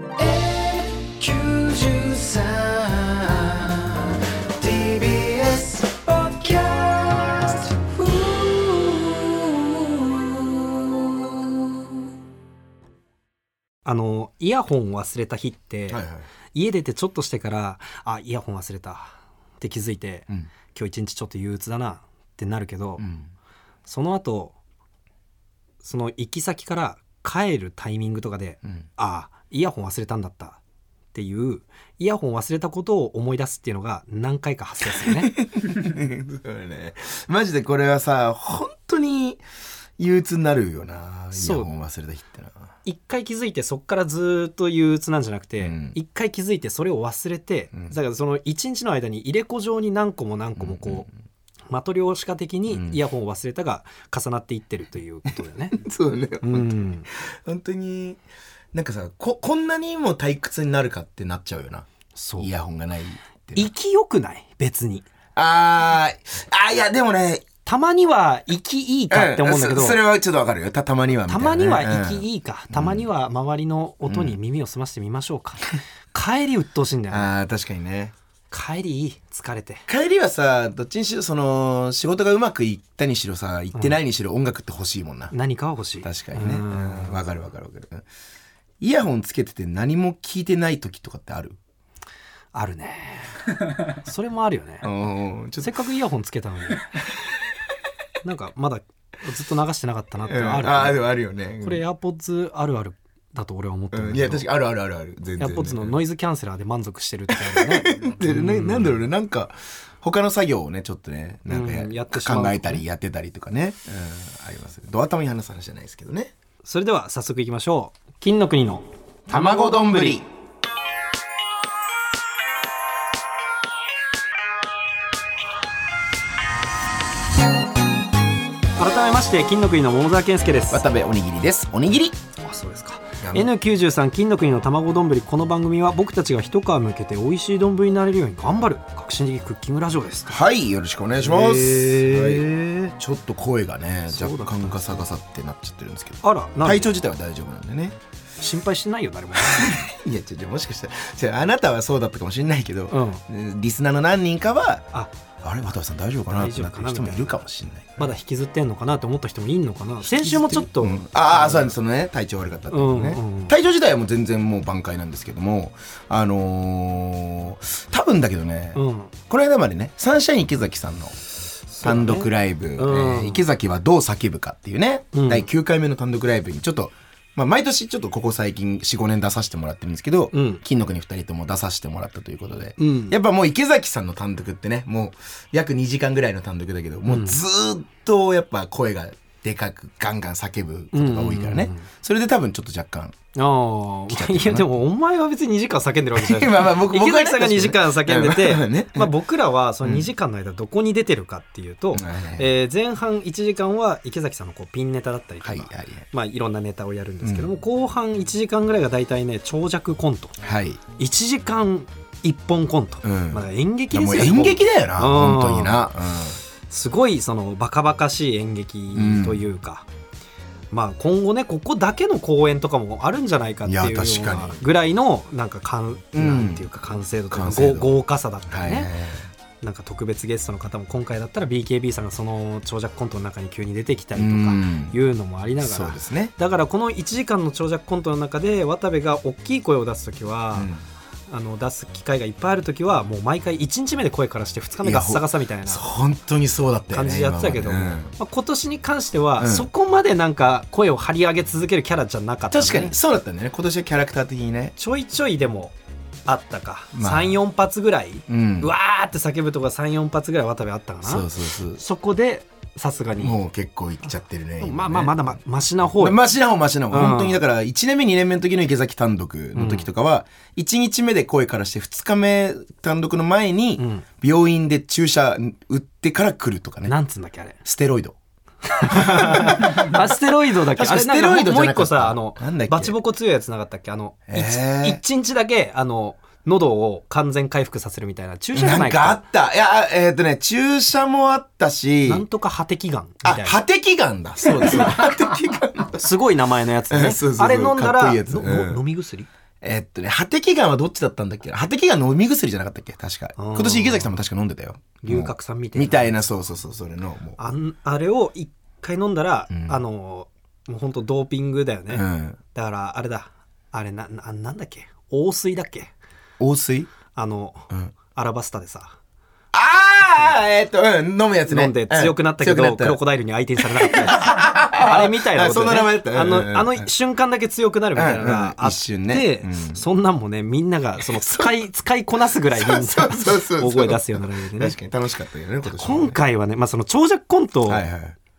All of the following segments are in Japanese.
TBS ポッドキャスト。イヤホン忘れた日って、家出てちょっとしてからイヤホン忘れたって気づいて、今日一日ちょっと憂鬱だなってなるけど、その後その行き先から帰るタイミングとかで、イヤホン忘れたんだったっていうイヤホン忘れたことを思い出すっていうのが何回か発生するね。 そうね、マジでこれはさ本当に憂鬱になるよな。イヤホン忘れた日ってな。 一回気づいてそっからずっと憂鬱なんじゃなくて、一回気づいてそれを忘れて、だからその一日の間に入れ子状に何個も何個もこう、マトリョーシカ的にイヤホンを忘れたが重なっていってるということだよね。 そうね、本当になんかさ こんなにも退屈になるかってなっちゃうよな。そうイヤホンがないって生きよくない別に。いやでもねたまには生きいいかって思うんだけど、 それはちょっとわかるよ。たまにはみたいな、ね、 たまには生きいいか、たまには周りの音に耳を澄ましてみましょうか。帰り鬱陶しいんだよね。 確かにね。 帰りいい、疲れて。 帰りはさどっちにしろその仕事がうまくいったにしろさいってないにしろ音楽って欲しいもんな。 何かは欲しい。 確かにね。わかる。イヤホンつけてて何も聞いてない時とかってある？ あるね。それもあるよね。せっかくイヤホンつけたのになんかまだずっと流してなかったなってある、 でもあるよね。 これ AirPods あるあるだと俺は思ってるんだけど、 いや確かにある全然、ね、 AirPods のノイズキャンセラーで満足してるってあるよね。 なんだろうね、なんか他の作業をねちょっとねなんかやってしまう、 考えたりやってたりとかね、あります。ドア頭に話す話じゃないですけどね。 それでは早速いきましょう。金の国の卵丼ぶり。 改めまして金の国の桃沢健介です。 渡部おにぎりです。おにぎり。 そうですか。N93 金の国の卵丼ぶり。この番組は僕たちが一皮向けて美味しい丼になれるように頑張る革新的クッキングラジオです。 はい、よろしくお願いします。ちょっと声がね若干ガサガサってなっちゃってるんですけど、体調自体は大丈夫なんでね。 心配してないよ誰も。 いやもしかしたらあなたはそうだったかもしれないけど、リスナーの何人かはあれ渡部さん大丈夫かなってなってる人もいるかもしれない。 まだ引きずってんのかなって思った人もいんのかな。先週もちょっと、 そうですね、体調悪かったっていうね、体調自体はもう全然もう挽回なんですけども、多分だけどね、この間までねサンシャイン池崎さんの単独ライブ、池崎はどう叫ぶかっていうね、第9回目の単独ライブにちょっと毎年ちょっとここ最近 4,5 年出させてもらってるんですけど、金の国2人とも出させてもらったということで、やっぱもう池崎さんの単独ってねもう約2時間ぐらいの単独だけど、もうずっとやっぱ声がでかくガンガン叫ぶことが多いからね、それで多分ちょっと若干いやでもお前は別に2時間叫んでるわけじゃない池崎さんが2時間叫んでて、僕らはその2時間の間どこに出てるかっていうと、前半1時間は池崎さんのこうピンネタだったりとか、いろんなネタをやるんですけども、後半1時間ぐらいが大体ね長尺コント、1時間1本コント、演劇ですよね。 もう演劇だよな本当にな、 すごいそのバカバカしい演劇というか、今後ねここだけの公演とかもあるんじゃないかっていうようなぐらいのなんていうか完成度というか豪華さだったりね、なんか特別ゲストの方も今回だったら BKB さんがその長尺コントの中に急に出てきたりとかいうのもありながら、だからこの1時間の長尺コントの中で渡部が大きい声を出すときは、出す機会がいっぱいあるときはもう毎回1日目で声からして2日目ガッサガサみたいな本当にそうだったよね感じでやってたけど、今年に関してはそこまでなんか声を張り上げ続けるキャラじゃなかった、ね、 確かにそうだったんだよね。今年はキャラクター的にねちょいちょいでもあったか、3,4 発ぐらい、うわーって叫ぶとか 3,4 発ぐらい渡部あったかな。そこでさすがにもう結構いっちゃってるね。 まだマシな方マシな方本当に。だから1年目2年目の時の池崎単独の時とかは1日目で声からして2日目単独の前に病院で注射打ってから来るとかね。 なんつうんだっけあれ、 ステロイドステロイドだっけ。あれステロイドじゃなかった。 もう一個さバチボコ強いやつなかったっけ。1日だけ喉を完全回復させるみたいな注射じゃないか。 なんかあった。いや注射もあったし、 なんとか破滴ガンみたいな。 破滴ガンだ。そうです。破滴ガン。 すごい名前のやつね。あれ飲んだら飲み薬。 破滴丸はどっちだったんだっけ。破滴丸の飲み薬じゃなかったっけ確か。今年池崎さんも確か飲んでたよ。 龍角散みたいな。そうそうそう、それのもうあれを一回飲んだら、もう本当ドーピングだよね。だからあれだ。あれなんだっけ。王水だっけ。 王水？ アラバスタでさ。 飲むやつね。 飲んで強くなったけど、クロコダイルに相手にされなかったやつ。あれみたいなことね。 そんな名前だった。 あの瞬間だけ強くなるみたいなのがあって、 一瞬ね。 そんなんもね、みんながその使いこなすぐらいみんな大声出すようなレベルでね。 確かに楽しかったよね、今年。 今回はね、まあその長尺コントは、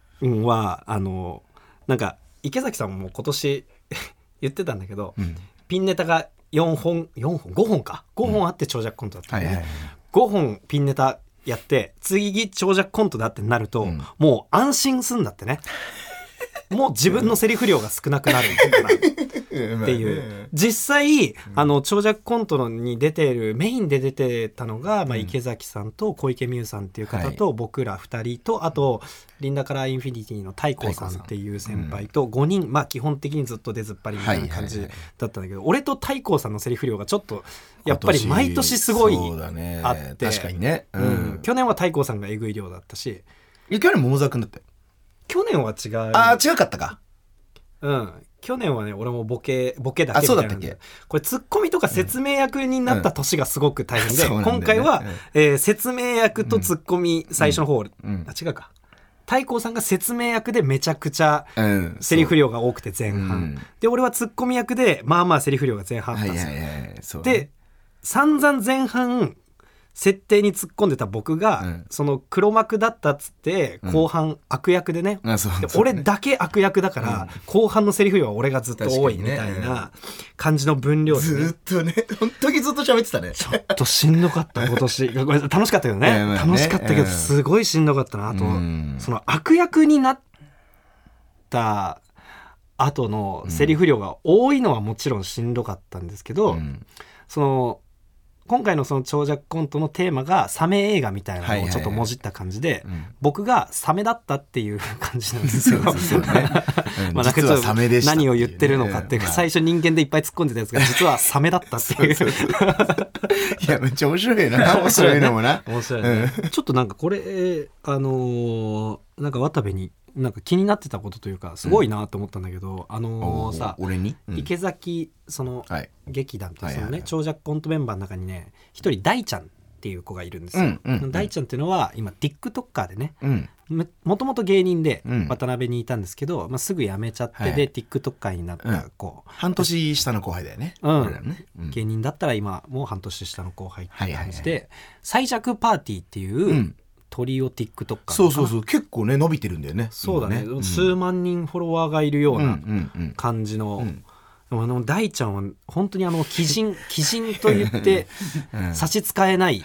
なんか池崎さんも今年言ってたんだけど、ピンネタが5本あって長尺コントだったね。5本ピンネタやって次長尺コントだってなると、もう安心すんだってね。もう自分のセリフ量が少なくなるからっていう実際長尺コントに出ているメインで出てたのが、池崎さんと小池美優さんっていう方と、僕ら2人とあとリンダカラーインフィニティの太閤さんっていう先輩と5人、基本的にずっと出ずっぱりみたいな感じだったんだけど、俺と太閤さんのセリフ量がちょっとやっぱり毎年すごいあって、 確かにね、 去年は太閤さんがえぐい量だったし、 去年桃沢君だったよ。 去年は違う。 違かったか。 去年はね、俺もボケだけみたいな。 そうだったっけ。 これツッコミとか説明役になった年がすごく大変で、今回は、説明役とツッコミ最初の方、違うか。太閤さんが説明役でめちゃくちゃセリフ量が多くて前半、で俺はツッコミ役でまあまあセリフ量が前半あったんですよ。で散々前半設定に突っ込んでた僕が、その黒幕だったっつって後半悪役でね、で俺だけ悪役だから、後半のセリフ量は俺がずっと多いみたいな感じの分量で、 ずっとね、本当にずっと喋ってたね。 ちょっとしんどかった今年。楽しかったけどね、楽しかったけどすごいしんどかったな。あとその悪役になった後のセリフ量が多いのはもちろんしんどかったんですけど、その今回のその長尺コントのテーマがサメ映画みたいなのをちょっともじった感じで、僕がサメだったっていう感じなんですよ。まあなんかちょっと何を言ってるのかっていうか、最初人間でいっぱい突っ込んでたやつが実はサメだったっていう。 いやめっちゃ面白いな。面白いのもな。 面白いね。ちょっとなんかこれなんか渡部になんか気になってたことというかすごいなと思ったんだけど、さ、 俺に、 池崎その劇団ってそのね長尺コントメンバーの中にね一人大ちゃんっていう子がいるんですよ。大ちゃんっていうのは今 TikToker でね、もともと芸人で渡辺にいたんですけど、すぐ辞めちゃってで TikToker になった子、 半年下の後輩だよね。 芸人だったら今もう半年下の後輩っていう感じで、最弱パーティーっていうトリオ TikToker、 そう結構ね伸びてるんだよね。 そうだね、数万人フォロワーがいるような感じの、大ちゃんは本当に鬼人と言って差し支えない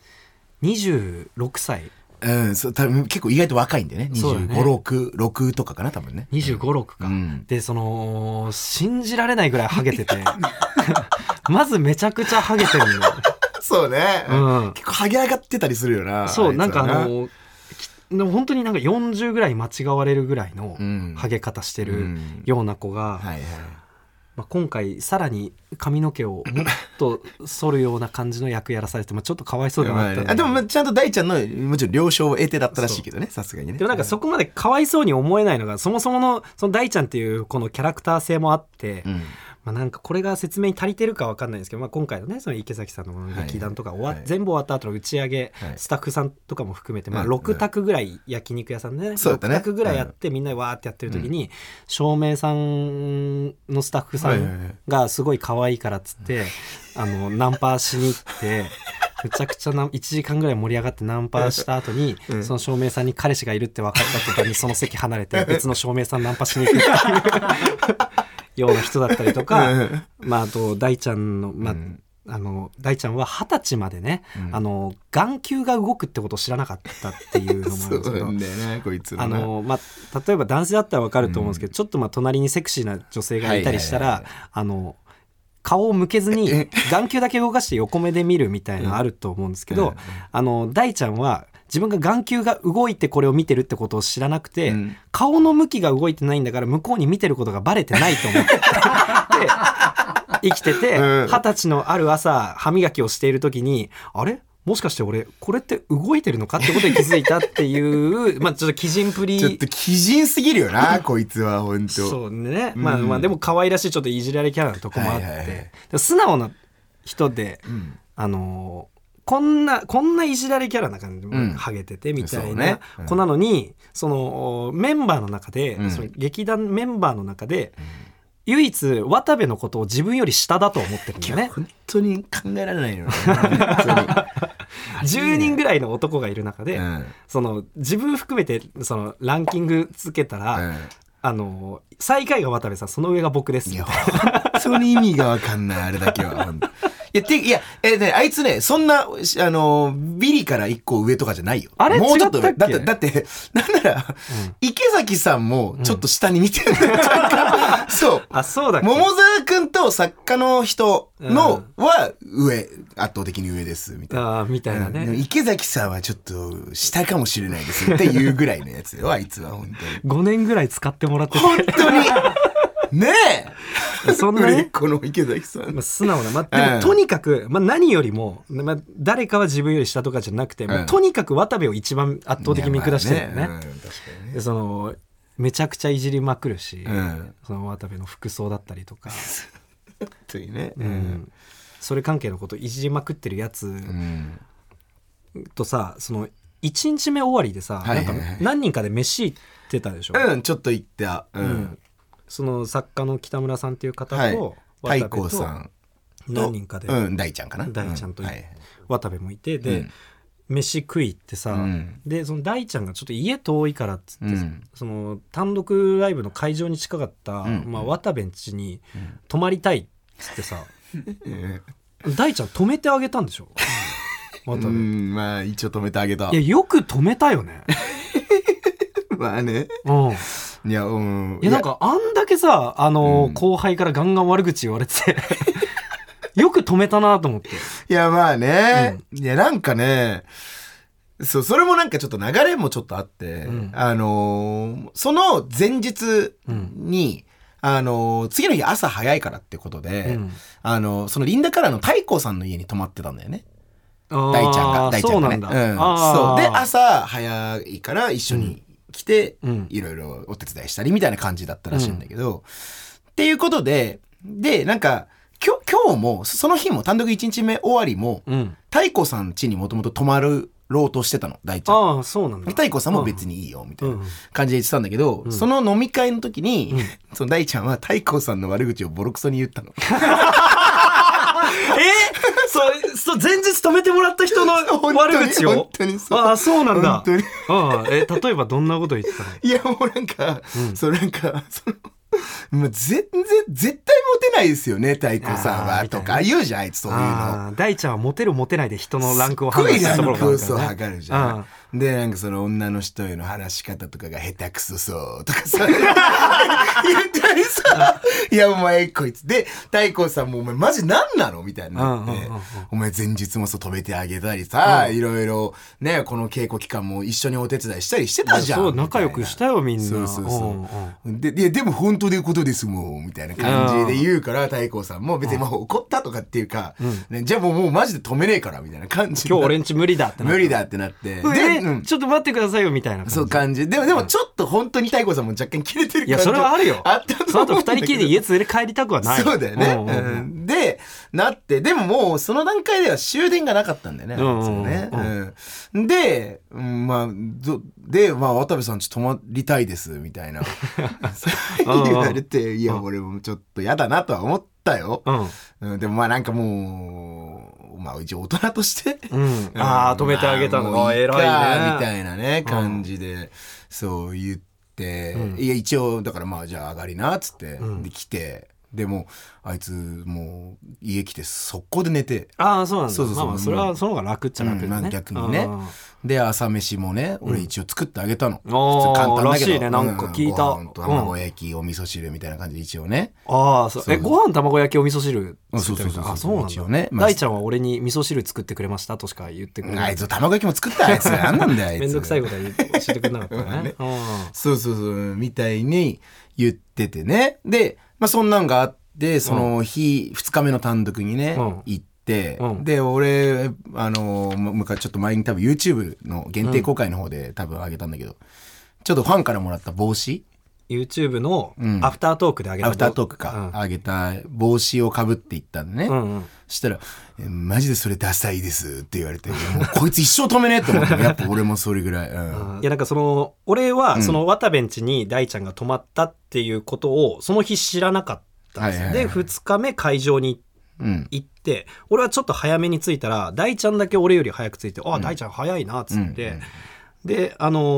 26歳、 多分結構意外と若いんでね。25、6とかかな多分ね。 25、6か、でその信じられないぐらいハゲててまずめちゃくちゃハゲてるんだよ。 そうね、結構ハゲ上がってたりするよな。 そうなんか本当になんか40ぐらい間違われるぐらいのハゲ方してるような子が、今回さらに髪の毛をもっと剃るような感じの役やらされて、ちょっとかわいそうだなって、 でもちゃんと大ちゃんのもちろん了承を得てだったらしいけどね、さすがにね。 でもなんかそこまでかわいそうに思えないのがそもそものその大ちゃんっていうこのキャラクター性もあって、なんかこれが説明に足りてるか分かんないんですけど、今回のねその池崎さんの劇団とか全部終わった後の打ち上げ、スタッフさんとかも含めて、6択ぐらい焼肉屋さんでね、6択ぐらいやってみんなでわーってやってる時に、照明さんのスタッフさんがすごい可愛いからっつってナンパしに行ってめちゃくちゃ1時間ぐらい盛り上がってナンパした後に、その照明さんに彼氏がいるって分かった途端にその席離れて別の照明さんナンパしに行くっていうような人だったりとか、あと大ちゃんの、大ちゃんは20歳までね、眼球が動くってことを知らなかったっていうのもあるんですけど、 そうなんだよねこいつの例えば男性だったら分かると思うんですけど、ちょっと隣にセクシーな女性がいたりしたら、顔を向けずに眼球だけ動かして横目で見るみたいなのあると思うんですけど、大ちゃんは自分が眼球が動いてこれを見てるってことを知らなくて、顔の向きが動いてないんだから向こうに見てることがバレてないと思って生きてて、20歳のある朝歯磨きをしている時に、あれもしかして俺これって動いてるのかってことに気づいたっていうまあちょっと鬼人プリ、 ちょっと鬼人すぎるよなこいつは本当。 そうね、まあでも可愛らしいちょっといじられキャラのとこもあって、素直な人で、こんないじられキャラな感じでハゲててみたいな子なのに、そのメンバーの中で、その劇団メンバーの中で、唯一渡部のことを自分より下だと思ってるんだよね。 本当に考えられないのね 10人ぐらいの男がいる中で、その自分含めてそのランキングつけたら、最下位が渡部さん、その上が僕ですみたいな。 本当に意味が分かんないあれだけは。あいつね、そんなビリから1個上とかじゃないよ。 あれもうちょっと違ったっけ？ だってなんなら、池崎さんもちょっと下に見てるんだよ、そう。 あ、そうだっけ？ 桃沢くんと作家の人のは上、圧倒的に上ですみたいな。 みたいなね。 池崎さんはちょっと下かもしれないですっていうぐらいのやつよ、あいつは本当に。 5年ぐらい使ってもらってて。 本当にねえ、 そんなね、 この池崎さん、 素直な、でもとにかく、何よりも、誰かは自分より下とかじゃなくて、とにかく渡部を一番圧倒的に見下してるよね。確かにね。そのめちゃくちゃいじりまくるし、その渡部の服装だったりとか本当にね、 それ関係のこといじりまくってるやつとさ、その1日目終わりでさ、なんか何人かで飯行ってたでしょ。 ちょっと行った。 その作家の北村さんっていう方と太閤さん何人かで、 大ちゃんかな、 大ちゃんと渡部もいて、で飯食い行ってさ、でその大ちゃんがちょっと家遠いからっつって、その単独ライブの会場に近かった、渡部ん家に泊まりたいっつってさ、大ちゃん泊めてあげたんでしょ。渡部、 まあ一応止めてあげた。 いや、よく止めたよね。 まあね。いや、 なんかあんだけさ、後輩からガンガン悪口言われててよく止めたなと思って。 いや、まあね、いや、なんかね、それもなんかちょっと流れもちょっとあって、その前日に、次の日朝早いからってことで、そのリンダカラーの太閤さんの家に泊まってたんだよね。大ちゃんがそうなんだ。 そうで、朝早いから一緒に来て、いろいろお手伝いしたりみたいな感じだったらしいんだけど、っていうことでなんか今日もその日も単独1日目終わりも、太閤さん家にもともと泊まろうとしてたの、大ちゃん。 そうなんだ。 太閤さんも別にいいよみたいな感じで言ってたんだけど、その飲み会の時に、その大ちゃんは太閤さんの悪口をボロクソに言ったの。 そう前日止めてもらった人の悪口を。 本当にそう。 そうなんだ。 本当に。 例えばどんなこと言ってたの？ いや、もうなんか、もう絶対モテないですよね、太閤さんはとか言うじゃん、あいつそういうの。 大ちゃんはモテるモテないで人のランクを判断するところがあるからね。 すごいランクを測るじゃん。で、なんかその女の人への話し方とかが下手くそそうとかさ言ったりさ、いやお前こいつで、太閤さんもお前マジなんなのみたいになって、お前前日も止めてあげたりさ、いろいろね、この稽古期間も一緒にお手伝いしたりしてたじゃん。 そう、仲良くしたよみんな。 そうでも本当でいうことですもんみたいな感じで言うから、太閤さんも別にもう怒ったとかっていうか、じゃあもうマジで止めねえからみたいな感じ。 今日俺んち無理だってなって。 無理だってなって。 ちょっと待ってくださいよみたいな感じ。 そう感じ。でもちょっと本当に太閤さんも若干キレてる感じ。 いや、それはあるよ。その後 2 人きりで家連れ帰りたくはない。 そうだよね。で、なって、でももうその段階では終電がなかったんだよね。で、まあ、渡部さんち泊まりたいですみたいな言われて、いや、俺もちょっと嫌だなとは思ったよ。でもまあなんかもう、まあ一応大人として止めてあげたのが偉いねみたいなね感じでそう言って、いや一応だからまあじゃあ上がりなっつって、で来て、でもあいつもう家来て速攻で寝て。 そうなんだ。 そう、 それはその方が楽っちゃ楽だね。 逆にね。で朝飯もね、俺一応作ってあげたの。 普通簡単だけど。らしいね、なんか聞いた。 ご飯と卵焼き、お味噌汁みたいな感じで一応ね。 そう。ご飯卵焼きお味噌汁。 そうなんだね。大ちゃんは俺に味噌汁作ってくれましたとしか言ってくれない。 あいつ卵焼きも作ったやつなんなんだよあいつ。 めんどくさいことは教えてくれなかったね。 そうみたいに言っててね。で、まあそんなんがあって。 でその日、2日目の単独にね、行って、で俺昔ちょっと前に多分 YouTube の限定公開の方で多分あげたんだけど、ちょっとファンからもらった帽子、 YouTube のアフタートークであげた、 アフタートークか、あげた帽子をかぶっていったんでね、そしたらマジでそれダサいですって言われて、もうこいつ一生止めねえって思って、やっぱ俺もそれぐらい、 いやなんか俺はその渡部ん家に大ちゃんが泊まったっていうことをその日知らなかったんですよ、で2日目会場に行って、俺はちょっと早めに着いたら大ちゃんだけ俺より早く着いて、あ大ちゃん早いなっつって、で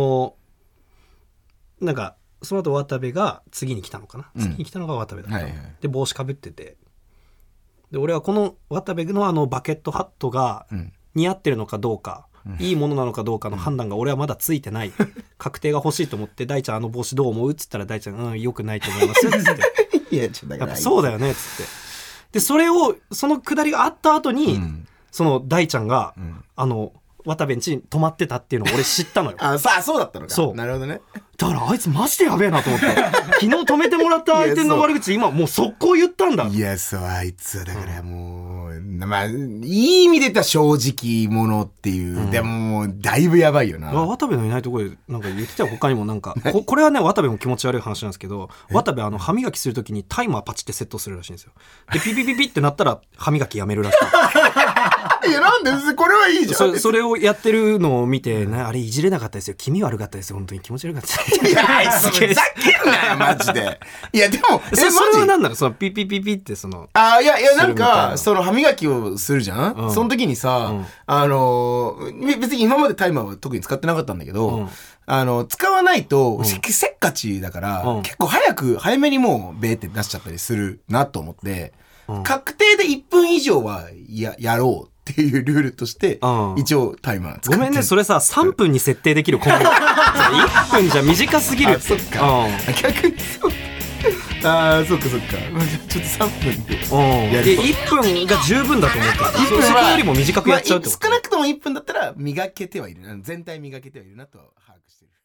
なんかその後渡部が次に来たのかな、次に来たのが渡部だった、で帽子かぶってて、で俺はこの渡部のバケットハットが似合ってるのかどうか、いいものなのかどうかの判断が俺はまだついてない、確定が欲しいと思って、大ちゃん帽子どう思うっつったら大ちゃん良くないと思いますっつっていやちょっとやっぱそうだよねっつって、でそのくだりがあった後に、その大ちゃんが、渡部ん家に泊まってたっていうのを俺知ったのよそうだったのか。そう、なるほどね。 だからあいつマジでやべえなと思って昨日止めてもらった相手の悪口今もう速攻言ったんだ。 いやそうあいつはだからもう、まあいい意味で言ったら正直者っていう、でももうだいぶやばいよな。 渡部のいないところでなんか言ってたよ。他にもなんかこれはね渡部も気持ち悪い話なんですけど、渡部歯磨きするときにタイマーパチってセットするらしいんですよ。でピピピピってなったら歯磨きやめるらしいいやなんでこれはいいじゃん。 それをやってるのを見て、あれいじれなかったですよ、気味悪かったですよ、本当に気持ち悪かったいやふざけんなよマジで。いやでもそれは何なの、そのピピピピっていやなんかその歯磨きをするじゃん、その時にさ、別に今までタイマーは特に使ってなかったんだけど、使わないとせっかちだから、結構早めにもうベーって出しちゃったりするなと思って、確定で1分以上はやろうっていうルールとして、一応タイマー使って。 ごめんね、それさ3分に設定できるコンビ1分じゃ短すぎる。 そっか、逆にそうそっかちょっと3分でやる。1分が十分だと思った。それよりも短くやっちゃうってこと。 少なくとも1分だったら磨けてはいる、全体磨けてはいるなとは把握してる。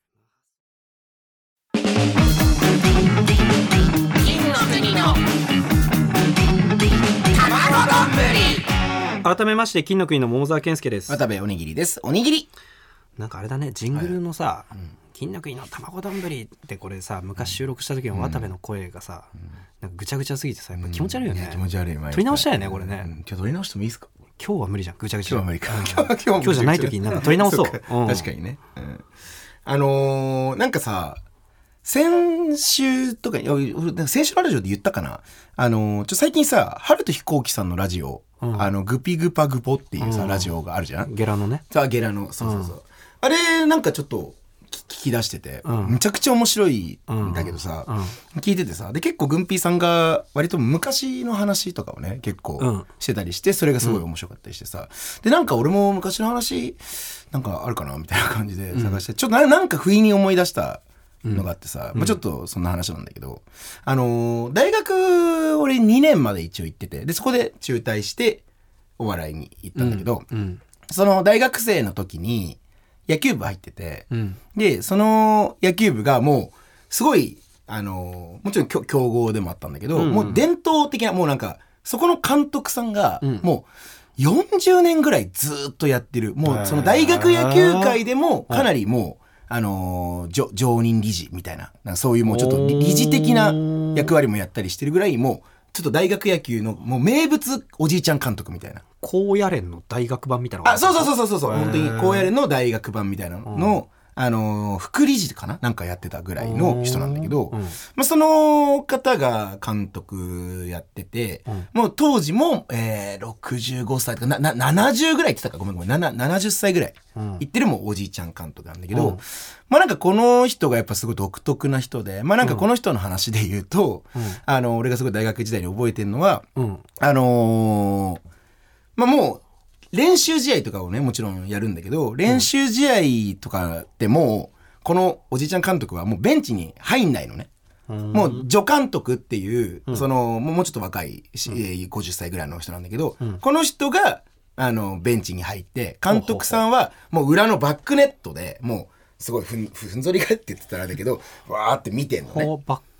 金の国の改めまして金の国の桃沢健介です。 渡部おにぎりです。おにぎりなんかあれだね、ジングルのさ、金の国の卵丼ってこれさ昔収録した時の渡部の声がさ、なんかぐちゃぐちゃすぎてさやっぱ気持ち悪いよね。 気持ち悪い。 撮り直したよねこれね。 今日撮り直してもいいですか。 今日は無理じゃん、ぐちゃぐちゃ。 今日は無理か。 今日じゃない時になんか撮り直そう。 確かにね。なんかさ先週とか先週のラジオで言ったかな、最近さ春と飛行機さんのラジオ、グピグパグポっていうさ、ラジオがあるじゃん。 ゲラのね。 ゲラのそうあれなんかちょっと聞き出してて、むちゃくちゃ面白いんだけどさ、聞いててさ、で結構グンピーさんが割と昔の話とかをね結構してたりして、それがすごい面白かったりしてさ、でなんか俺も昔の話なんかあるかなみたいな感じで探して、ちょっとなんか不意に思い出したのがあってさ、ちょっとそんな話なんだけど、大学俺2年まで一応行ってて、でそこで中退してお笑いに行ったんだけど、その大学生の時に野球部入ってて、でその野球部がもうすごいもちろん強豪でもあったんだけど、もう伝統的なもうなんかそこの監督さんがもう40年ぐらいずっとやってる、もうその大学野球界でもかなりもう常任理事みたいな、そういうもうちょっと理事的な役割もやったりしてるぐらい、もうちょっと大学野球のもう名物おじいちゃん監督みたいな、 高野連の大学版みたいな。 そう本当に高野連の大学版みたいなの副理事かななんかやってたぐらいの人なんだけど、その方が監督やってて、もう当時も、65歳とか70ぐらい言ってたか、ごめん70歳ぐらい言ってるもうおじいちゃん監督なんだけど、なんかこの人がやっぱすごい独特な人で、なんかこの人の話で言うと、俺がすごい大学時代に覚えてるのは、もう練習試合とかをねもちろんやるんだけど、練習試合とかでもこのおじいちゃん監督はもうベンチに入んないのね。もう助監督っていう、そのもうちょっと若い50歳ぐらいの人なんだけど、この人がベンチに入って、監督さんはもう裏のバックネットでもうすごいふんぞり返って言ってたらあれだけど、わーって見てんのね。 バッ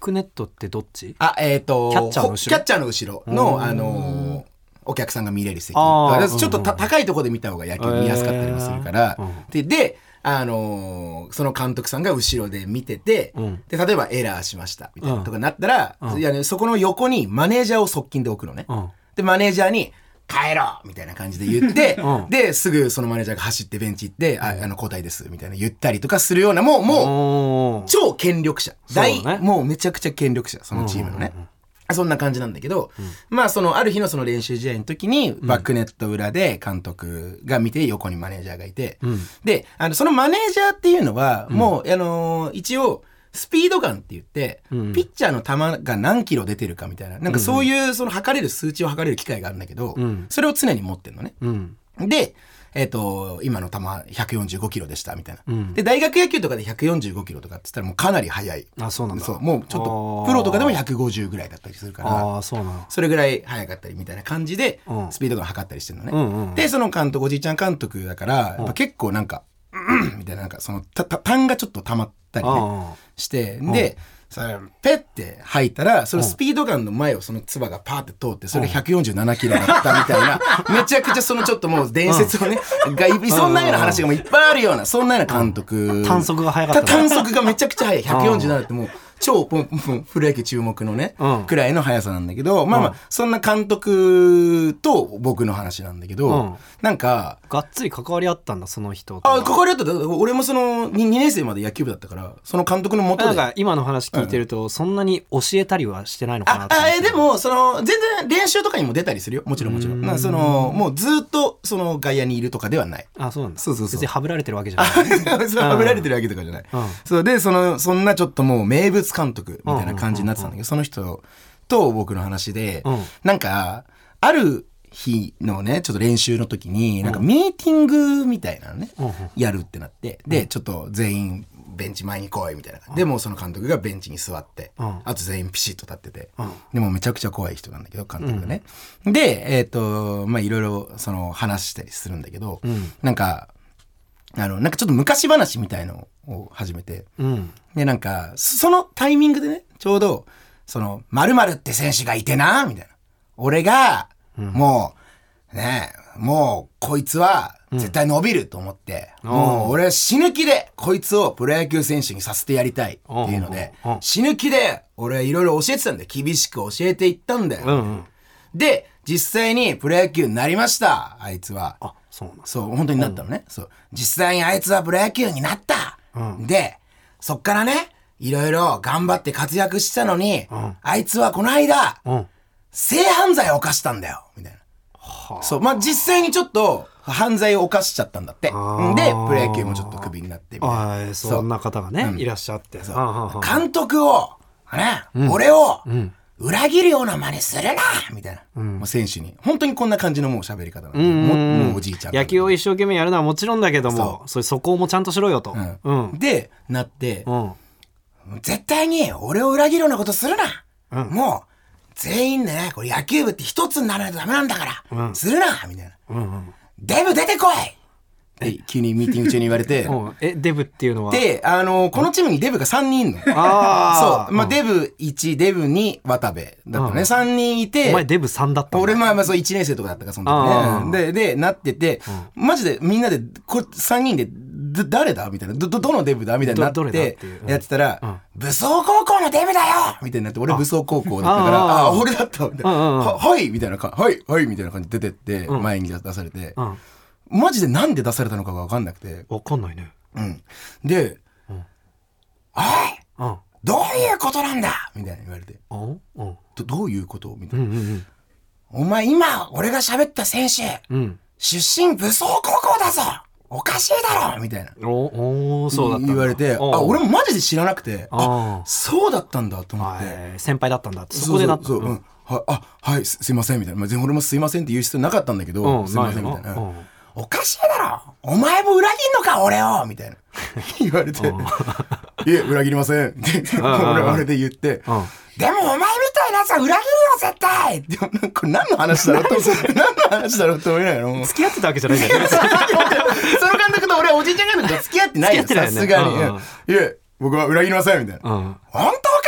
クネットってどっち？ キャッチャーの後ろの、お客さんが見れる席。ちょっと高いところで見た方が野球見やすかったりもするから。で、その監督さんが後ろで見てて、で、例えばエラーしました、みたいなとかなったら、いやね、そこの横にマネージャーを側近で置くのね。で、マネージャーに、帰ろうみたいな感じで言って、で、すぐそのマネージャーが走ってベンチ行って、交代です、みたいな言ったりとかするような、もう、超権力者。もうめちゃくちゃ権力者、そのチームのね。そんな感じなんだけど、まあある日のその練習試合の時に、バックネット裏で監督が見て、横にマネージャーがいて、で、そのマネージャーっていうのは、もう、一応、スピードガンって言って、ピッチャーの球が何キロ出てるかみたいな、なんかそういう、測れる数値を測れる機械があるんだけど、それを常に持ってんのね。で、今の球145キロでしたみたいな。で、大学野球とかで145キロとかって言ったらもうかなり速い。 そうなんだ。 そう、もうちょっと、プロとかでも150ぐらいだったりするから、それぐらい速かったりみたいな感じで、スピードガン測ったりしてるのね。で、その監督、おじいちゃん監督だから、やっぱ結構なんか、みたいな、なんかその、痰がちょっと溜まったりね、して、で、ペッて吐いたら、そのスピードガンの前をその唾がパーって通って、それ147キロだったみたいな、めちゃくちゃそのちょっともう伝説をね、そんなような話がもういっぱいあるような、そんなような監督。 短足が速かった。 短足がめちゃくちゃ速い。147ってもう、超プロ野球注目のね、くらいの速さなんだけど、まあ、そんな監督と僕の話なんだけど、なんか、 がっつり関わりあったんだ、その人と。 関わりあった。俺もその2年生まで野球部だったから、その監督の元で。 なんか今の話聞いてると、そんなに教えたりはしてないのかなと。 でも、全然練習とかにも出たりするよ。もちろん。もうずっと、外野にいるとかではない。 そうなんだ。 そう。 別にはぶられてるわけじゃない。 はぶられてるわけとかじゃない。そうで、そんなちょっともう名物監督みたいな感じになってたんだけど、その人と僕の話で、なんか、ある日のね、ちょっと練習の時に、なんかミーティングみたいなのね、やるってなって、で、ちょっと全員ベンチ前に来いみたいな。でもその監督がベンチに座って、あと全員ピシッと立ってて、でもめちゃくちゃ怖い人なんだけど、監督がね。で、まあいろいろ話したりするんだけど、なんかちょっと昔話みたいのを始めて、で、なんか、そのタイミングでね、ちょうど、〇〇って選手がいてな、みたいな。俺が、もう、こいつは、絶対伸びると思って、もう、俺は死ぬ気で、こいつをプロ野球選手にさせてやりたいっていうので、死ぬ気で、俺はいろいろ教えてたんだよ。厳しく教えていったんだよ。で、実際にプロ野球になりました、あいつは。そう、本当になったのね。そう。実際にあいつはプロ野球になった。で、そっからね、いろいろ頑張って活躍したのに、あいつはこの間、性犯罪を犯したんだよ、みたいな。そう、まあ、実際にちょっと犯罪を犯しちゃったんだって。で、プロ野球もちょっとクビになってみたいな。 そんな方がね、いらっしゃって。 監督を、俺を、裏切るような真似するなみたいな、もう選手に本当にこんな感じのもう喋り方なんで、もうおじいちゃん野球を一生懸命やるのはもちろんだけども、そこもちゃんとしろよと、 でなって、絶対に俺を裏切るようなことするな、もう全員でね、これ野球部って一つにならないとダメなんだから、するなみたいな、デブ出てこい急にミーティング中に言われてデブっていうのはで、このチームにデブが3人いんの。そう。まあ、デブ1、デブ2、渡部だったね。3人いて。 お前デブ3だった俺、まあ、そう1年生とかだったから、その時ね。で、なってて、マジでみんなで、これ3人で、誰だみたいな。どのデブだみたいになって、やってたら、武装高校のデブだよみたいになって、俺武装高校だったから、俺だったみたいな。はいみたいな感じ、はいみたいな感じで出てって、前に出されて、マジでなんで出されたのかが分かんなくて。 分かんないね。 で、おい、どういうことなんだみたいな言われて。どういうことみたいな。お前今、俺が喋った選手、出身武装高校だぞおかしいだろみたいな。 そうだった。 言われて、俺もマジで知らなくて、そうだったんだと思って。 先輩だったんだって。そこでなった。 はい、すいませんみたいな。俺もすいませんって言う必要なかったんだけど、すいませんみたいな。おかしいだろお前も裏切んのか俺をみたいな言われていえ裏切りませんって俺で言ってでもお前みたいなやつは裏切るよ絶対でもこれ何の話だろうと思いながら付き合ってたわけじゃないんだよねその監督と俺はおじいちゃん監督と付き合ってないよさすがにいえ僕は裏切りませんみたいな本当か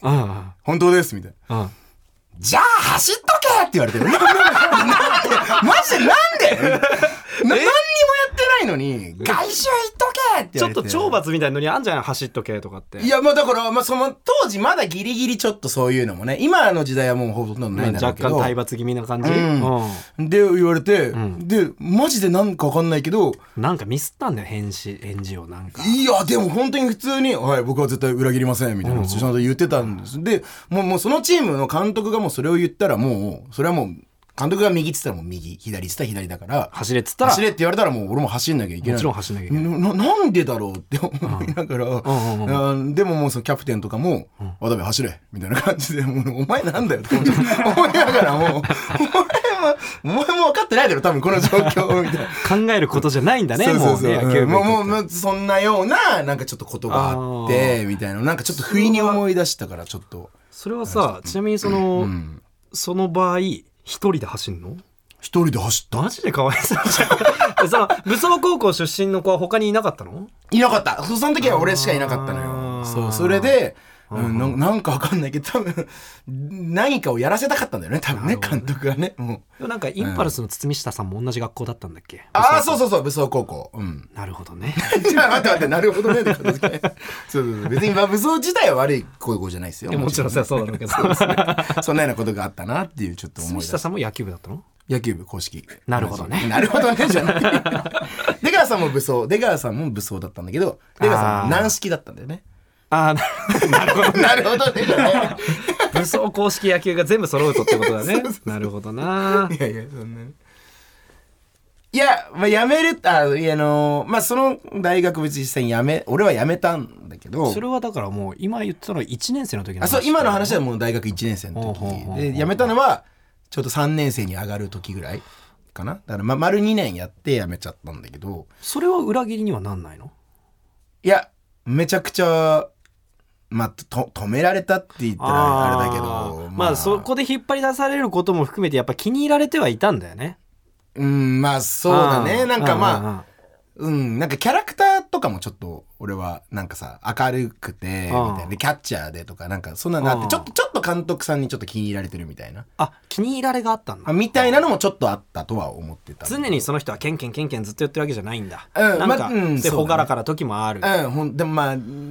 本当ですみたいな。じゃあ走っとけって言われてる。マジでなんで何にもやってないのに外周行っとけって言われて。 ちょっと懲罰みたいのにあんじゃん、走っとけとかって。 いやまあだからその当時まだギリギリちょっとそういうのもね、今の時代はもうほとんどないんだろうけど、 若干体罰気味な感じ、 で言われて、でマジでなんか分かんないけどなんかミスったんだよ、返事をなんか。 いやでも本当に普通に「はい僕は絶対裏切りません」みたいなちゃんと言ってたんです。でもうそのチームの監督がもうそれを言ったらもうそれはもう監督が右って言ったらもう右、左って言ったら左だから、 走れって言ったら走れって言われたらもう俺も走んなきゃいけない。 もちろん走んなきゃいけない。 なんでだろうって思いながら、でももうそのキャプテンとかも渡部走れみたいな感じで、もうお前なんだよって思いながらもうお前も分かってないだろ多分この状況みたいな。 考えることじゃないんだね。 そうそうそう。 もう野球部もうそんなようななんかちょっとことがあってみたいな、なんかちょっと不意に思い出したからちょっと。 それはさ、ちなみにその場合一人で走んの？ 一人で走った。 マジでかわいそうじゃん。その武装高校出身の子は他にいなかったの？ いなかった。その時は俺しかいなかったのよ。そうそれで、なんかわかんないけど多分何かをやらせたかったんだよね多分ね、監督がね。もうなんかインパルスの堤下さんも同じ学校だったんだっけ？ そう武装高校。 なるほどね。 じゃあ待ってなるほどね。そう別に武装自体は悪い高校じゃないですよ。 もちろんそうだろうけど、 そんなようなことがあったなっていうちょっと思い出した。 堤下さんも野球部だったの？ 野球部公式。 なるほどね。 なるほどねじゃない。出川さんも武装だったんだけど、出川さんも軟式だったんだよね。 なるほどなるほどね。 武装公式野球が全部揃うとってことだね。なるほどな。 いやそんな。いや、辞めるその大学別に実際に俺は辞めたんだけど、 それはだからもう今言ってたのは1年生の時の話。 そう今の話はもう大学1年生の時で、辞めたのはちょっと3年生に上がる時ぐらいかな。だから丸2年やって辞めちゃったんだけど。 それは裏切りにはなんないの？ いやめちゃくちゃ止められたって言ったらあれだけど、 そこで引っ張り出されることも含めてやっぱ気に入られてはいたんだよね。 そうだね。なんかなんかキャラクターとかもちょっと俺はなんかさ明るくてみたいなでキャッチャーでとかなんかそんなのあってちょっと監督さんにちょっと気に入られてるみたいな。 気に入られがあったんだ。 みたいなのもちょっとあったとは思ってた。 常にその人はケンケンずっと言ってるわけじゃないんだ。なんかほがらかな時もある。 でも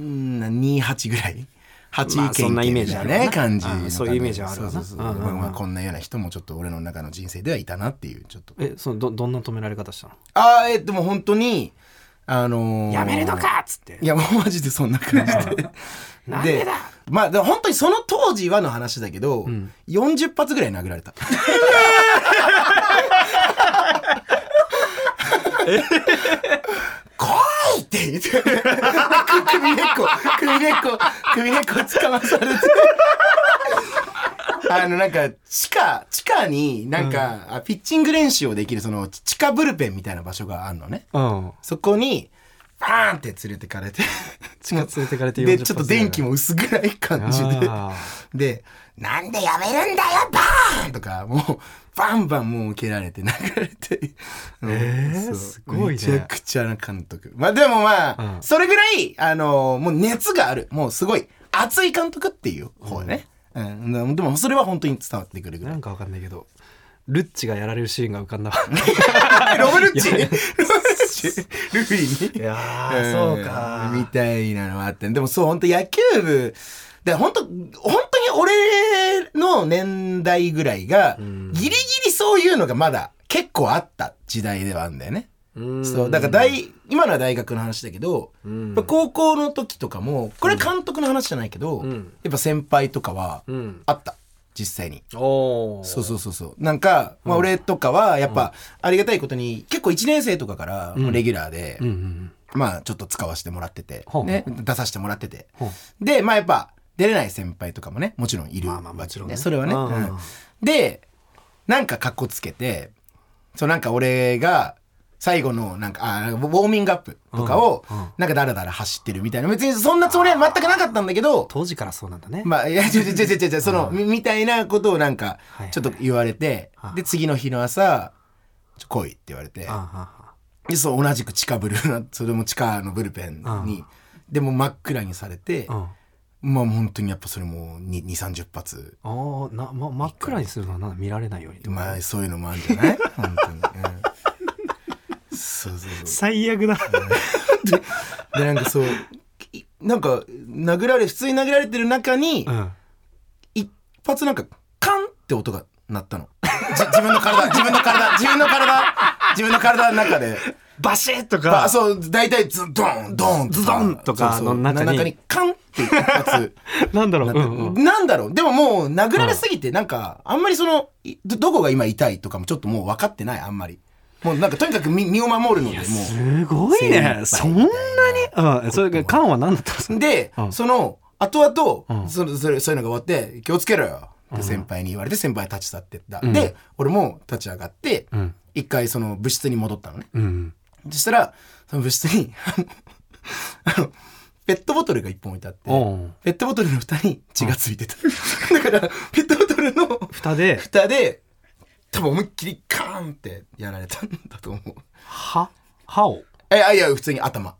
28ぐらい。8 そんなイメージあるね。 感じ。 そういうイメージはあるわな。こんなような人もちょっと俺の中の人生ではいたなっていうちょっと。 どんな止められ方したの？でも本当にやめるのかっつって。 いやもうマジでそんな感じで。 なんでだ。 で本当にその当時はの話だけど、40発ぐらい殴られた。来いって言って首根っこ掴まされてなんか地下になんか、ピッチング練習をできるその地下ブルペンみたいな場所があるのね。そこにバーンって連れてかれてでちょっと電気も薄暗い感じでなんでやめるんだよバーンとかもうバンバンもう受けられて殴られてすごいね。 めちゃくちゃな監督。でもそれぐらいもう熱がある、もうすごい熱い監督っていう方ね。でもそれは本当に伝わってくるぐらい。 なんかわかんないけどルッチがやられるシーンが浮かんだわ。 ロブルッチルフィに。 いやそうかみたいなのがあって、でもそう本当野球部で本当に俺の年代ぐらいがギリギリそういうのがまだ結構あった時代ではあるんだよね。そうだから今のは大学の話だけど、高校の時とかもこれ監督の話じゃないけど、やっぱ先輩とかはあった。実際に。そうなんか、俺とかはやっぱありがたいことに結構1年生とかからレギュラーで、ちょっと使わせてもらってて、ね、出させてもらってて、でやっぱ出れない先輩とかもねもちろんいるわけね。それはね。でなんかカッコつけてなんか俺が最後のなんかウォーミングアップとかをなんかダラダラ走ってるみたいな、別にそんなつもりは全くなかったんだけど、 当時からそうなんだね。 いやそのみたいなことをなんかちょっと言われて、で次の日の朝来いって言われて、でそう同じく地下ブルーなそれも地下のブルペンにでも真っ暗にされて、 まあ本当にやっぱそれも2、30発。 真っ暗にするのは見られないように。 まあそういうのもあるんじゃない本当に、そう最悪だ。 でなんかそうなんか普通に殴られてる中に、一発なんかカンって音が鳴ったの。自分の体の中でバシッとか、 そう大体ズドンドンズドンとかの中にカンって一発なんだろう、でももう殴られすぎてなんかあんまりそのどこが今痛いとかもちょっともう分かってない。あんまりもうなんかとにかく身を守るのでもうすごいね。そんなに。それが缶は何だったんですか。 で、その後々、そういうのが終わって気をつけろよって先輩に言われて、先輩立ち去ってった、で俺も立ち上がって、一回その部室に戻ったのね、そしたらその部室にペットボトルが1本置いてあって、ペットボトルの蓋に血がついてた、だからペットボトルの蓋で多分思いっきりカーンってやられたんだと思う。 歯をいや普通に頭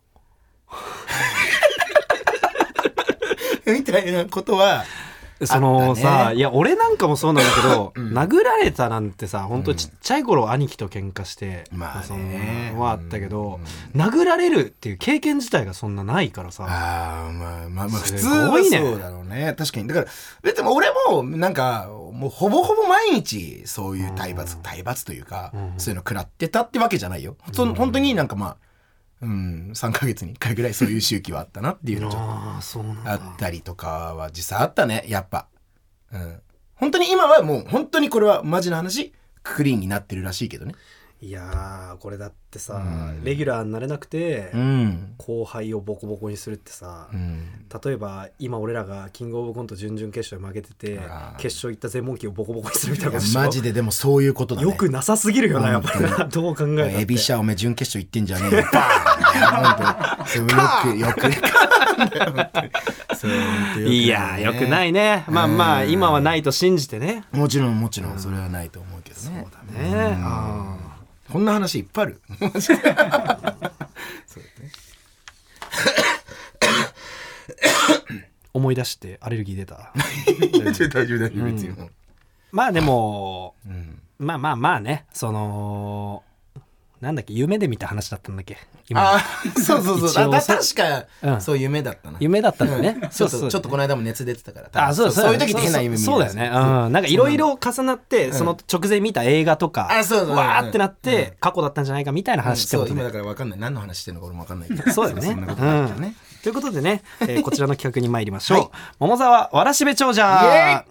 みたいなことはそのさ、いや俺なんかもそうなんだけど、殴られたなんてさ、本当ちっちゃい頃兄貴と喧嘩して、そんなはあったけど、殴られるっていう経験自体がそんなないからさ。 まあ普通はそうだろうね。確かに。だから別に俺もなんかもうほぼほぼ毎日そういう体罰というか、そういうの食らってたってわけじゃないよ。本当になんか3ヶ月に1回ぐらいそういう周期はあったなっていうのちょっとあったりとかは実際あったね、やっぱ。本当に今はもう本当にこれはマジな話クリーンになってるらしいけどね。 いやーこれだってさ、レギュラーになれなくて、後輩をボコボコにするってさ、例えば今俺らがキングオブコント準々決勝で負けてて決勝行った全問記をボコボコにするみたいなことでしょ。 マジででもそういうことだね。 よくなさすぎるよな、やっぱりな。どう考えたって。 エビシャお前準決勝行ってんじゃねえよバーンよくいやよくないね。まあ今はないと信じてね。 もちろんそれはないと思うけどね。 そうだね。 こんな話いっぱいある。そうだね。 思い出してアレルギー出た。 大丈夫別に。 まあでも、まあね、そのなんだっけ、夢で見た話だったんだっけ今。 そう確か、そう夢だったな。 夢だったんだね。 ちょっとこの間も熱出てたから。そういう時って変な夢見る。 そうだよね。なんかいろいろ重なって、その直前見た映画とかわーってなって過去だったんじゃないかみたいな話ってことね。 今だから分かんない、何の話してんのか俺も分かんないけど。 そうだよね。ということでね、こちらの企画に参りましょう。桃沢わらしべ長者。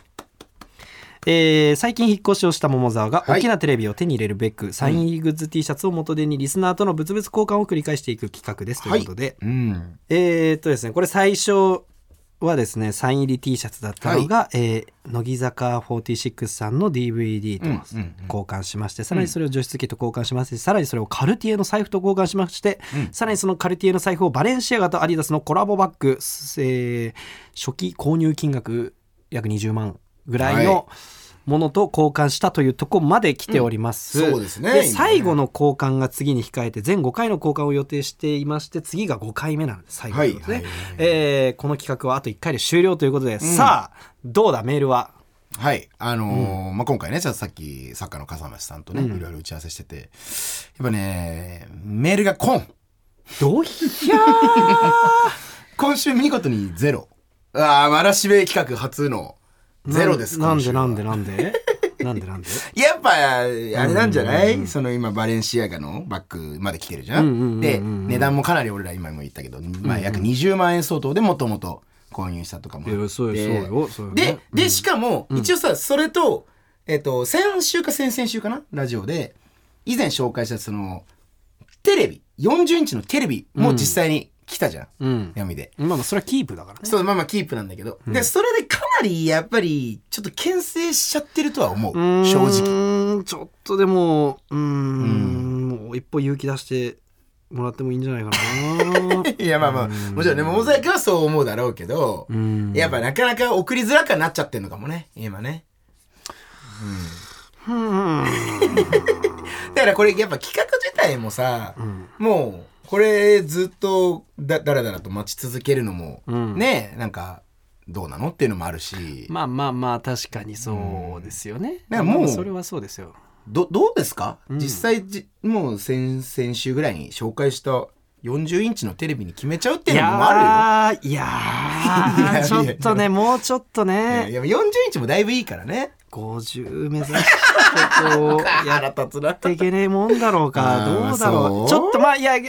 最近引っ越しをした桃沢が大きなテレビを手に入れるべく、サイン入りグッズ T シャツを元手にリスナーとの物々交換を繰り返していく企画ですということで、ですね、これ最初はですねサイン入り T シャツだったのが、乃木坂46さんの DVD と交換しまして、さらにそれを除湿機と交換しまして、さらにそれをカルティエの財布と交換しまして、さらにそのカルティエの財布をバレンシアガとアディダスのコラボバッグ、初期購入金額約20万ぐらいのものと交換したというところまで来ております。 そうですね。 で最後の交換が次に控えて全5回の交換を予定していまして、次が5回目なんです。最後ですね。この企画はあと1回で終了ということで、さあどうだメールは。 はい、今回ねちょっとさっき作家の笠間さんとね、いろいろ打ち合わせしてて、やっぱねメールがどういや今週見事にゼロ。わらしべ企画初のゼロです。 なんでやっぱあれなんじゃない、その今バレンシアガのバッグまで来てるじゃん。で値段もかなり俺ら今も言ったけど、約20万円相当でもともと購入したとかもあって、でしかも一応さ、それと先週か先々週かな、ラジオで以前紹介したそのテレビ40インチのテレビも実際に来たじゃん、闇で。 それはキープだからね。 そう、キープなんだけど、でそれでかなりやっぱりちょっと牽制しちゃってるとは思う、正直。 ちょっとでももう一歩勇気出してもらってもいいんじゃないかな。 いやもちろんね、モザイクはそう思うだろうけど、やっぱなかなか送りづらくなっちゃってるのかもね今ね。だからこれやっぱ企画自体もさ、もうこれずっとだらだらと待ち続けるのも、ね、なんかどうなのっていうのもあるし、 まあ確かにそうですよね。 もうそれはそうですよ。 どうですか、実際もう先週ぐらいに紹介した40インチのテレビに決めちゃうっていうのもあるよ。 いやちょっとねもうちょっとね、 いや40インチもだいぶいいからね。 50目指してこうやっていけねえもんだろうか。どうだろう。ちょっといや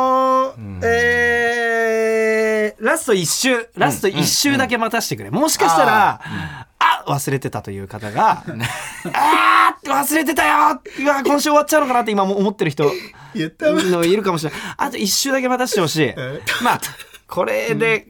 ラスト1周だけ待たしてくれ。もしかしたら忘れてたという方が忘れてたよ、今週終わっちゃうのかなって今も思ってる人いるかもしれない。あと1周だけ待たしてほしい。これで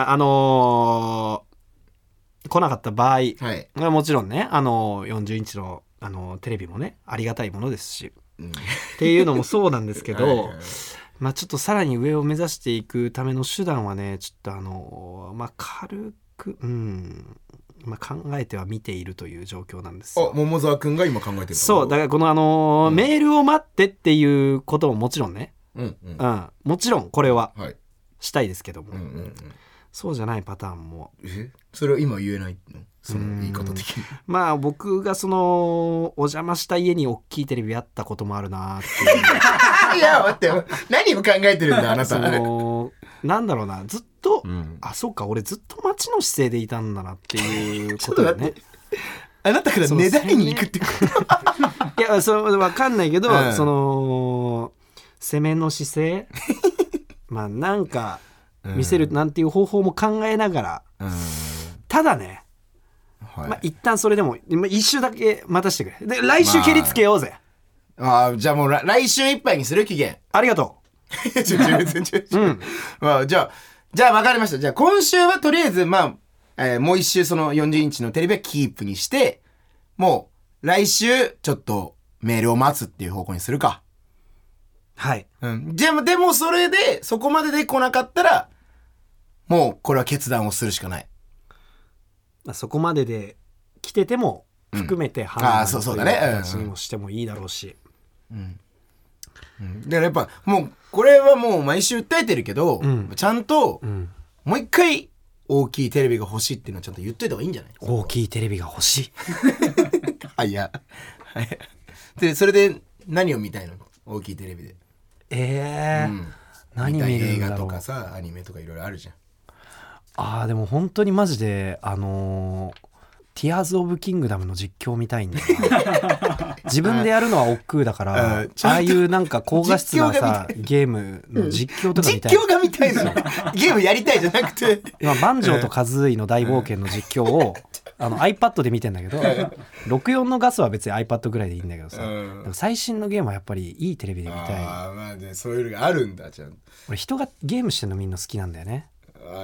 来なかった場合、もちろんね40インチのテレビもねありがたいものですし、っていうのもそうなんですけどちょっとさらに上を目指していくための手段はねちょっと軽く考えては見ているという状況なんですよ。 桃沢くんが今考えてる。 そうだからこのメールを待ってっていうことももちろんね、もちろんこれはしたいですけども、そうじゃないパターンも。 それは今言えないの？その言い方的に。 僕がお邪魔した家に大きいテレビあったこともあるなっていういや待って何を考えてるんだあなた。 なんだろうな、ずっと、そうか俺ずっと待ちの姿勢でいたんだなっていうことだね。 あなたからねだりに行くってこといや分かんないけど、攻めの姿勢なんか見せるなんていう方法も考えながら、ただね、一旦それでも一週だけ待たせてくれ。で来週蹴りつけようぜ。 じゃあもう来週いっぱいにする期限。 ありがとう。 じゃあ分かりました。じゃあ今週はとりあえずもう一周その40インチのテレビはキープにして、もう来週ちょっとメールを待つっていう方向にするか。 はい。 でもそれでそこまでで来なかったらもうこれは決断をするしかない。 そこまでで来てても含めて判断という形にもしてもいいだろうし。 だからやっぱもうこれはもう毎週訴えてるけど、ちゃんともう一回大きいテレビが欲しいっていうのはちゃんと言っといた方がいいんじゃない？ 大きいテレビが欲しい。 でそれで何を見たいの？大きいテレビで。 何見るんだろう。 映画とかさアニメとかいろいろあるじゃん。 でも本当にマジでティアーズ・オブ・キングダムの実況見たいんだよな。自分でやるのは億劫だからああいうなんか高画質なさゲームの実況とか見たい。 実況が見たいの？ゲームやりたいじゃなくて今バンジョーとカズーイの大冒険の実況をiPad で見てんだけど64の画素は別に iPad ぐらいでいいんだけどさ、でも最新のゲームはやっぱりいいテレビで見たい。 そういうのがあるんだ。じゃあ俺人がゲームしてるのみんな好きなんだよね。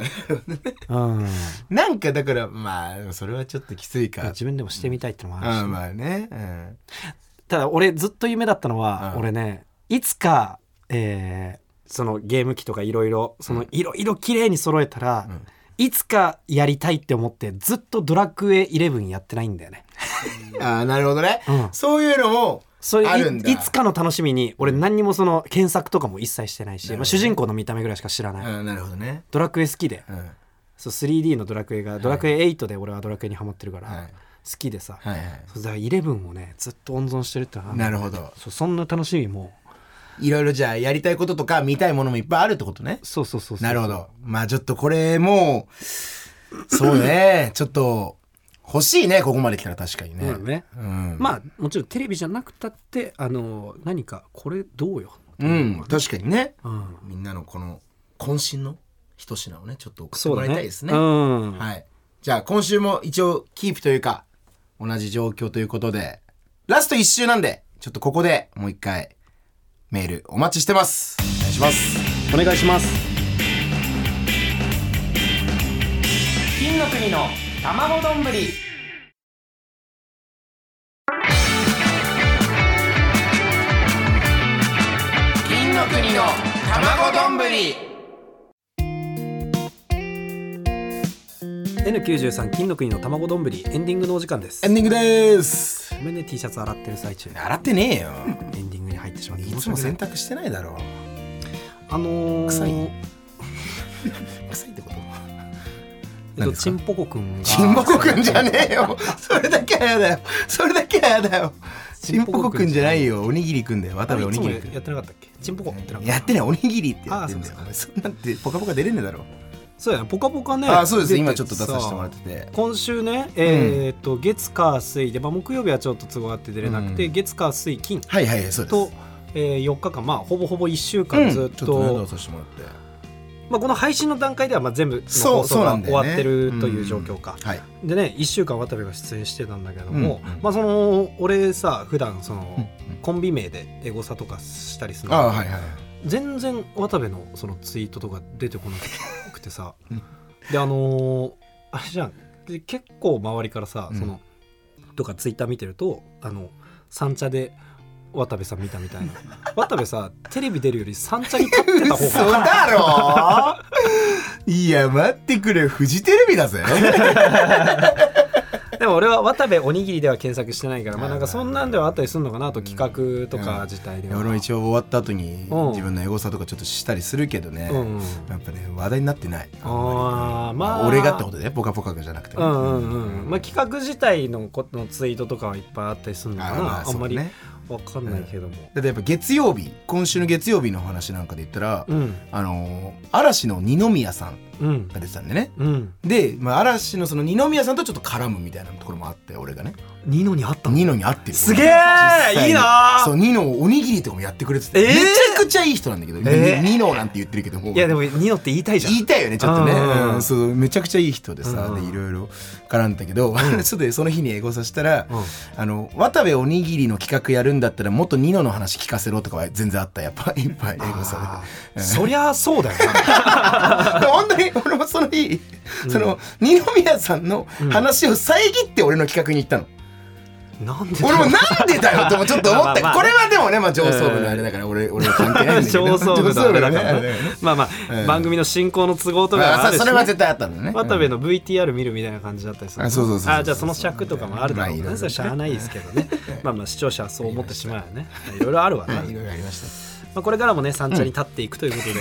なんかだからそれはちょっときついか。 自分でもしてみたいってのもあるし、ただ俺ずっと夢だったのは、俺ねいつか、そのゲーム機とかいろいろ綺麗に揃えたら、いつかやりたいって思ってずっとドラクエ11やってないんだよね。 なるほどね、そういうのもあるんだ。 いつかの楽しみに俺何にもその検索とかも一切してないし、主人公の見た目ぐらいしか知らない。 なるほどね。 ドラクエ好きで、3D のドラクエがドラクエ8で俺はドラクエにハマってるから、好きでさ、だから11をねずっと温存してるってのは。 なるほど。 そんな楽しみもいろいろじゃあやりたいこととか見たいものもいっぱいあるってことね。 そうなるほど。ちょっとこれもそうねちょっと欲しいね、ここまで来たら。確かにね。 もちろんテレビじゃなくたって何かこれどうよ。 確かにね、みんなのこの渾身の一品をねちょっと送ってもらいたいですね。はい。じゃあ今週も一応キープというか同じ状況ということでラスト1週なんでちょっとここでもう一回メールお待ちしてます。お願いします。 お願いします。金の国の卵丼ぶり。 金の国の卵丼ぶり。 N93 金の国の卵丼ぶりエンディングのお時間です。 エンディングです。 ごめんね T シャツ洗ってる最中。 洗ってねえよ。 エンディングに入ってしまって。 いつも洗濯してないだろう。臭い臭いってこと？ チンポコくんがチンポコくんじゃねえよそれだけはやだよチンポコくんじゃないよ、おにぎりくんだよ、渡部おにぎりくん。 やってなかったっけ？チンポコってやってない、おにぎりってやってんだよ。そんなんてポカポカ出れねえだろ。 そうやね、ポカポカね。 そうです、今ちょっと出させてもらってて、 今週ね、月火水で、木曜日はちょっと都合あって出れなくて、月火水金と、4日間、ほぼほぼ1週間ずっと、 出させてもらって、 この配信の段階では全部の放送が終わってるという状況か。でね、1週間渡部が出演してたんだけども、その俺さ普段そのコンビ名でエゴサとかしたりするの、全然渡部のそのツイートとか出てこなくてさであれじゃん、結構周りからさ、そのとかツイッター見てると三茶で渡部さん見たみたいな渡部さテレビ出るより三茶に立ってた方がそうだろいや待ってくれ、フジテレビだぜでも俺は渡部おにぎりでは検索してないから、なんかそんなんではあったりするのかなと、企画とか自体では。 俺も一応終わった後に自分のエゴサとかちょっとしたりするけどね、やっぱね話題になってない。俺がってことでポカポカじゃなくて、 企画自体のツイートとかはいっぱいあったりするのかな、あんまり分かんないけども、 だってやっぱ月曜日、今週の月曜日の話なんかで言ったら、嵐の二宮さんが出てたんでね、で、嵐のその二宮さんとちょっと絡むみたいなところもあって、俺がねニノに会ったの？ ニノに会ってる。 すげえいいな。 そう、ニノおにぎりとかもやってくれてて、めちゃくちゃいい人なんだけど、ニノなんて言ってるけども、 いやでもニノって言いたいじゃん。 言いたいよねちょっとね、そうめちゃくちゃいい人でさ、でいろいろ絡んだけど、ちょっとその日にエゴサしたら、渡部おにぎりの企画やるんだったらもっとニノの話聞かせろとかは全然あった。やっぱいっぱいエゴサでそりゃそうだよな本当に俺もその日、その二宮さんの話を遮って俺の企画に行ったの。 なんで俺もなんでだよともちょっと思った。これはでもね、上層部のあれだから俺は関係ないんだけど上層部のあれだからね。番組の進行の都合とかあるし、 それは絶対あったのね。 渡部の VTR 見るみたいな感じだったりする。 そうじゃあその尺とかもあるだろうね。それしゃあないですけどね。視聴者はそう思ってしまうよね。いろいろあるわね。 いろいろありました。 これからもね三茶に立っていくということで、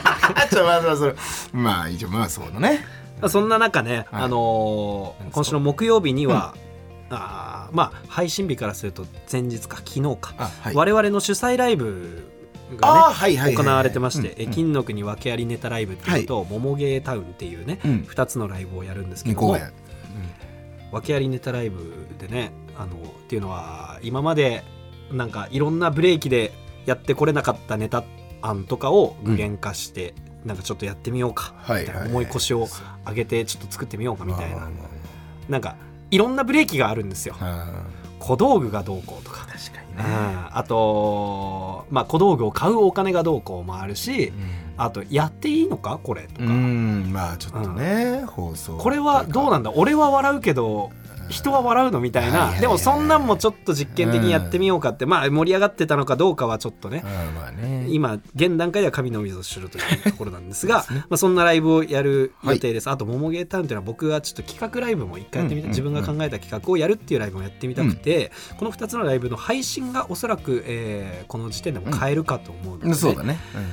一応そうだね。 そんな中ね、今週の木曜日には配信日からすると前日か昨日か、我々の主催ライブがね行われてまして、金の国訳ありネタライブっていうのと、ももゲータウンっていうね、2つのライブをやるんですけども、訳ありネタライブでね、っていうのは今までなんかいろんなブレーキでやってこれなかったネタ案とかを具現化して、なんかちょっとやってみようかみたいな、重い腰を上げてちょっと作ってみようかみたいな、なんかいろんなブレーキがあるんですよ。小道具がどうこうとか、 確かにね、 あと小道具を買うお金がどうこうもあるし、あとやっていいのかこれとか、 ちょっとね、放送これはどうなんだ、俺は笑うけど人は笑うのみたいな、でもそんなんもちょっと実験的にやってみようかって、盛り上がってたのかどうかはちょっとね、今現段階では神の水を知るというところなんですがそんなライブをやる予定です。あとももゲータウンっていうのは僕はちょっと企画ライブも一回やってみたい、自分が考えた企画をやるっていうライブもやってみたくて、この2つのライブの配信がおそらく、この時点でも変えるかと思うので、 そうだね、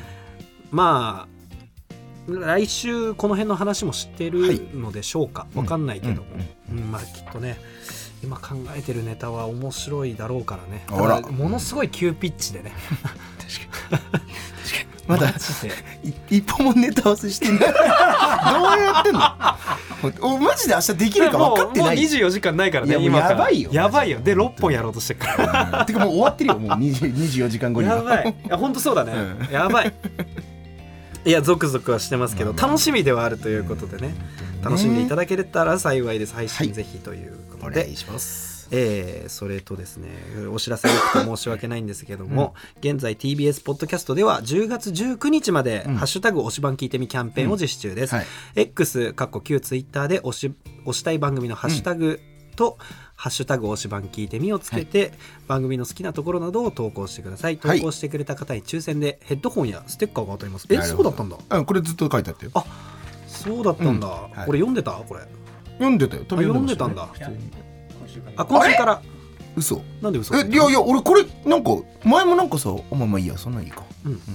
来週この辺の話も知ってるのでしょうか、分かんないけども、きっとね今考えてるネタは面白いだろうからね。ただものすごい急ピッチでね確かにまだ一本もネタ合わせしてないどうやってんのマジで明日できるか分かってない。 もう24時間ないからね。 今からやばいよで6本やろうとしてるからてかもう終わってるよ、もう24時間後には。 やばい、いや本当そうだね、やばい。いやゾクゾクはしてますけど、楽しみではあるということでね、楽しんでいただけたら幸いです。配信ぜひということで、 お願いします。 それとですね、お知らせなくて申し訳ないんですけども、現在 TBS ポッドキャストでは10月19日まで、ハッシュタグ推しバン聞いてみキャンペーンを実施中です。X 旧 Twitter で推したい番組のハッシュタグと、ハッシュタグ推しバン聞いてみをつけて、番組の好きなところなどを投稿してください。投稿してくれた方に抽選でヘッドホンやステッカーが当たります。そうだったんだ。 これずっと書いてあったよ。 あ、そうだったんだ。これ読んでた？これ読んでたよ。 読んでたんだ。今週から。 嘘？ なんで嘘？ いや俺これなんか前もなんかさ、まあいいや、そんなんいいか。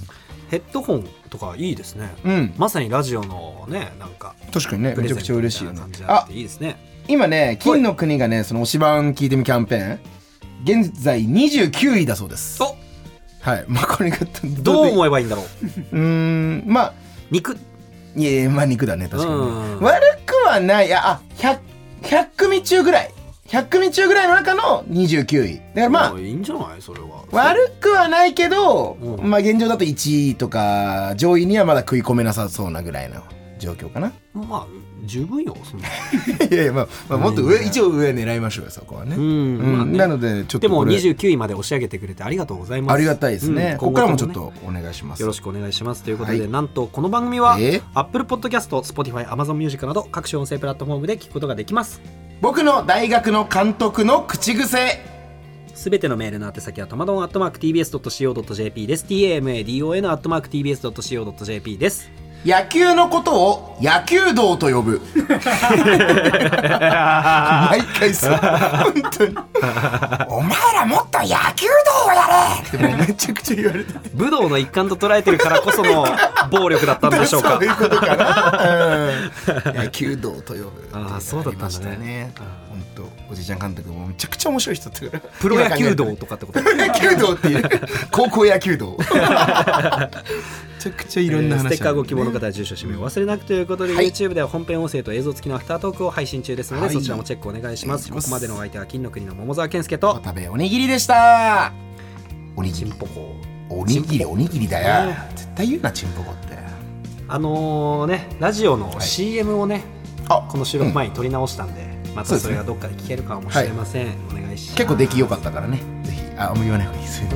ヘッドホンとかいいですね、まさにラジオのねなんか確かにねめちゃくちゃ嬉しいよね。 いいですね。 今ね金の国がねその推しバン聞いてみキャンペーン現在29位だそうです。はい、まあこれがどう思えばいいんだろう。 まあ肉、 いやまあ肉だね確かに、悪くはない。100組中ぐらい100組中ぐらいの中の29位だからまあいいんじゃない。それは悪くはないけど、まあ現状だと1位とか上位にはまだ食い込めなさそうなぐらいの状況かな。 まあ十分よそんな。 いやいやまあもっと上一応上狙いましょうよそこはね。なのでちょっとでも29位まで押し上げてくれてありがとうございます。 ありがたいですね。ここからもちょっとお願いします。 よろしくお願いしますということで、なんとこの番組は Apple Podcast、Spotify、Amazon Music など各種音声プラットフォームで聞くことができます。 僕の大学の監督の口癖。 すべてのメールの宛先はとまどん@tbs.co.jp です。tamadon@tbs.co.jp です。 野球のことを野球道と呼ぶ。毎回さ本当にお前らもっと野球道をやれってもうめちゃくちゃ言われて武道の一環と捉えてるからこその暴力だったんでしょうか。 そういうことかな、野球道と呼ぶ。 そうだったんだね。 本当おじいちゃん監督もめちゃくちゃ面白い人だったから。 プロ野球道とかってこと。 プロ野球道っていう高校野球道。めちゃくちゃいろんな話、 ステッカーご希望の方は住所氏名を忘れなくということで、YouTube では本編音声と映像付きのアフタートークを配信中ですので、そちらもチェックお願いします。ここまでのお相手は金の国の桃沢健介と渡部おにぎりでした。おにぎりおにぎりだよ、絶対言うなチンポコって。 ラジオの CM をね、この収録前に撮り直したんで、またそれがどっかで聞けるかもしれません。お願いします。 結構出来良かったからね、ぜひ。あんま言わない方がいいですよ。